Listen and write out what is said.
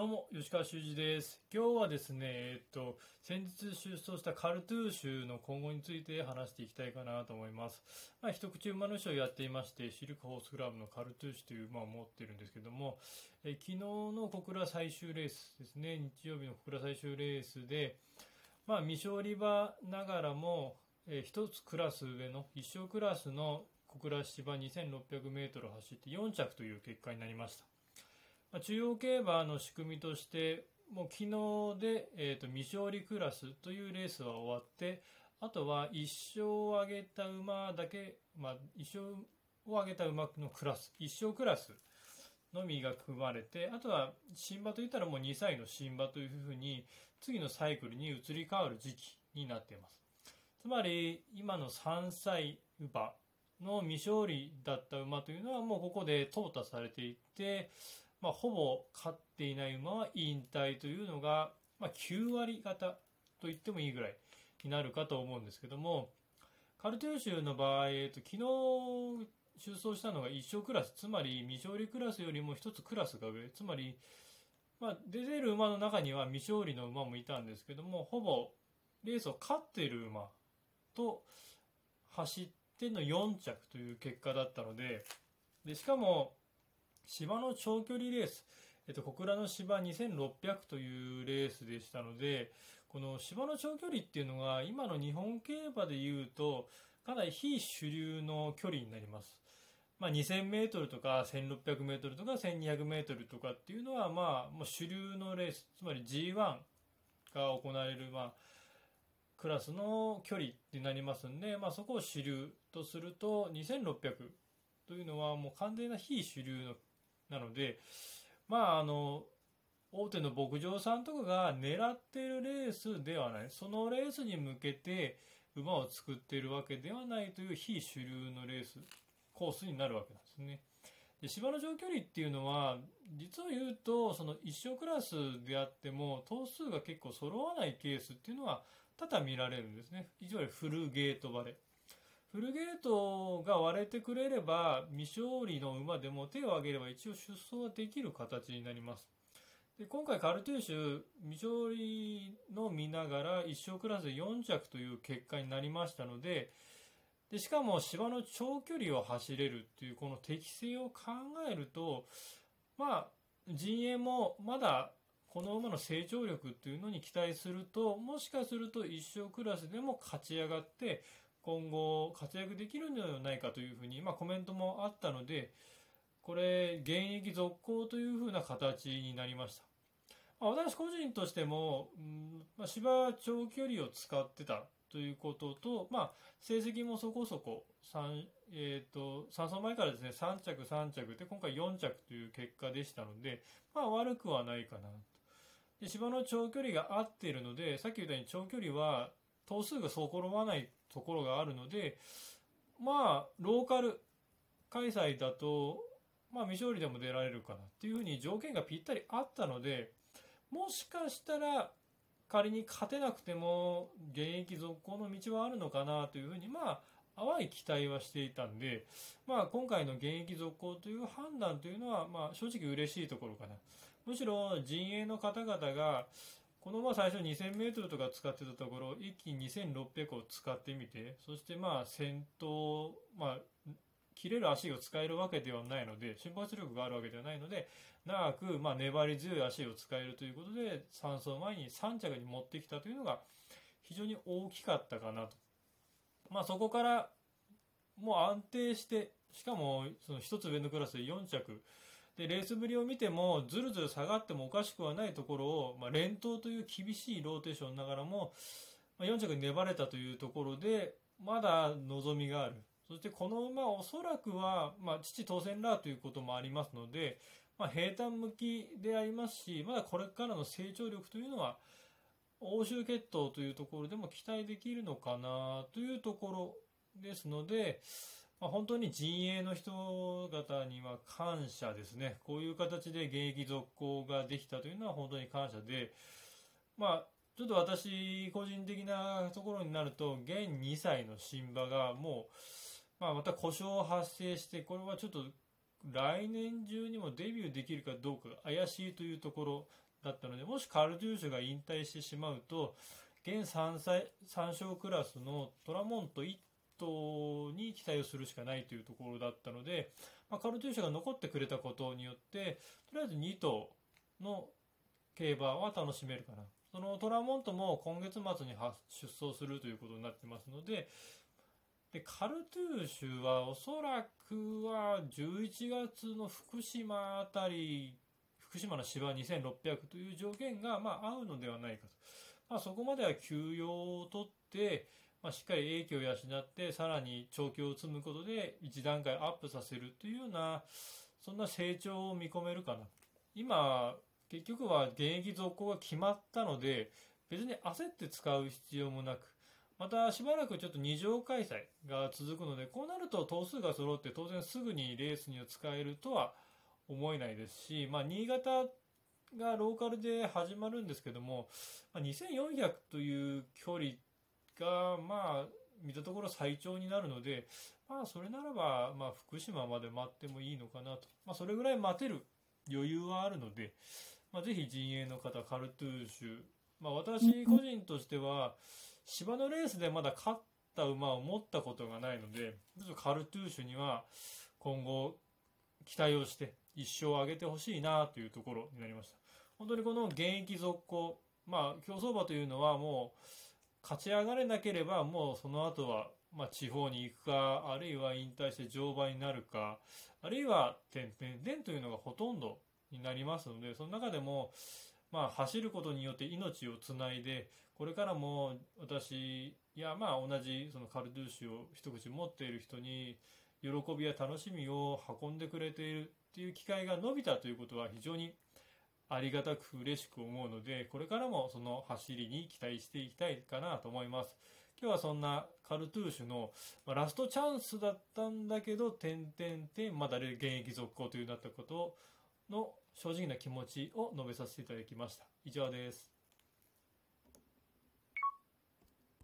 どうも、吉川修司です。今日はですね、先日出走したカルトゥーシュの今後について話していきたいかなと思います。一口馬主をやっていまして、シルクホースクラブのカルトゥーシュという馬を持っているんですけども、昨日の小倉最終レースですね、日曜日の小倉最終レースで、未勝利馬ながらも、一つクラス上の、一勝クラスの小倉芝2600メートルを走って4着という結果になりました。中央競馬の仕組みとしてもう昨日で、未勝利クラスというレースは終わって、あとは1勝を上げた馬だけ、1勝を上げた馬のクラス、1勝クラスのみが組まれて、あとは新馬といったらもう2歳の新馬というふうに次のサイクルに移り変わる時期になっています。つまり今の3歳馬の未勝利だった馬というのはもうここで淘汰されていって、ほぼ勝っていない馬は引退というのが、9割方と言ってもいいぐらいになるかと思うんですけども、カルトゥーシュの場合、昨日出走したのが1勝クラス、つまり未勝利クラスよりも1つクラスが上、つまり、出ている馬の中には未勝利の馬もいたんですけども、ほぼレースを勝っている馬と走っての4着という結果だったので、しかも芝の長距離レース、小倉の芝2600というレースでしたので、この芝の長距離っていうのが今の日本競馬でいうとかなり非主流の距離になります。2000メートルとか1600メートルとか1200メートルとかっていうのはもう主流のレース、つまり G1 が行われるクラスの距離になりますんで、そこを主流とすると2600というのはもう完全な非主流のなので、大手の牧場さんとかが狙っているレースではない、そのレースに向けて馬を作っているわけではないという非主流のレースコースになるわけなんですね。で、芝の長距離っていうのは実を言うとその一勝クラスであっても頭数が結構揃わないケースっていうのは多々見られるんですね。いわゆるフルゲートバレ。フルゲートが割れてくれれば未勝利の馬でも手を挙げれば一応出走はできる形になります。で、今回カルトゥーシュ未勝利の見ながら一勝クラスで4着という結果になりましたので、しかも芝の長距離を走れるっていうこの適性を考えると、陣営もまだこの馬の成長力っていうのに期待すると、もしかすると一勝クラスでも勝ち上がって今後活躍できるのではないかというふうに、コメントもあったので、これ現役続行というふうな形になりました。私個人としても、芝長距離を使ってたということと、成績もそこそこ3走前からですね3着3着で今回4着という結果でしたので、悪くはないかなと。で、芝の長距離が合っているので、さっき言ったように長距離は頭数が揃わないところがあるので、ローカル開催だと、未勝利でも出られるかなっていうふうに条件がぴったりあったので、もしかしたら仮に勝てなくても現役続行の道はあるのかなというふうに淡い期待はしていたんで、今回の現役続行という判断というのは正直嬉しいところかな。むしろ陣営の方々がこの最初2000メートルとか使ってたところ一気に2600を使ってみて、そして先頭切れる足を使えるわけではないので、瞬発力があるわけではないので、長く粘り強い足を使えるということで3走前に3着に持ってきたというのが非常に大きかったかなと。そこからもう安定して、しかもその一つ上のクラスで4着で、レースぶりを見てもずるずる下がってもおかしくはないところを、連投という厳しいローテーションながらも、4着に粘れたというところでまだ望みがある。そしてこの馬おそらくは、父当選ラーということもありますので、平坦向きでありますし、まだこれからの成長力というのは欧州決闘というところでも期待できるのかなというところですので、本当に陣営の人方には感謝ですね。こういう形で現役続行ができたというのは本当に感謝で、ちょっと私個人的なところになると、現2歳の新馬がもうまた故障発生して、これはちょっと来年中にもデビューできるかどうかが怪しいというところだったので、もしカルドゥーシュが引退してしまうと、現3勝クラスのトラモント1頭に期待をするしかないというところだったので、カルドゥーシュが残ってくれたことによって、とりあえず2頭の競馬は楽しめるかな。そのトラモントも今月末に出走するということになってますので、カルトゥーシュはおそらくは11月の福島あたり、福島の芝2600という条件が合うのではないかと。そこまでは休養を取って、しっかり英気を養ってさらに長距を積むことで一段階アップさせるというような、そんな成長を見込めるかな。今結局は現役続行が決まったので、別に焦って使う必要もなく、またしばらくちょっと2乗開催が続くので、こうなると頭数が揃って当然すぐにレースには使えるとは思えないですし、新潟がローカルで始まるんですけども、2400という距離が見たところ最長になるので、それならば福島まで待ってもいいのかなと、それぐらい待てる余裕はあるので、ぜひ陣営の方カルトゥーシュ、私個人としては芝のレースでまだ勝った馬を持ったことがないので、カルトゥーシュには今後期待をして一勝を上げてほしいなというところになりました。本当にこの現役続行、競走馬というのはもう勝ち上がれなければもうその後は地方に行くか、あるいは引退して乗馬になるか、あるいは転々というのがほとんどになりますので、その中でも走ることによって命をつないで、これからも私や同じそのカルドゥーシュを一口持っている人に喜びや楽しみを運んでくれているっていう機会が伸びたということは非常にありがたく嬉しく思うので、これからもその走りに期待していきたいかなと思います。今日はそんなカルトゥーシュのラストチャンスだったんだけどまだ現役続行というなったことの正直な気持ちを述べさせていただきました。以上です。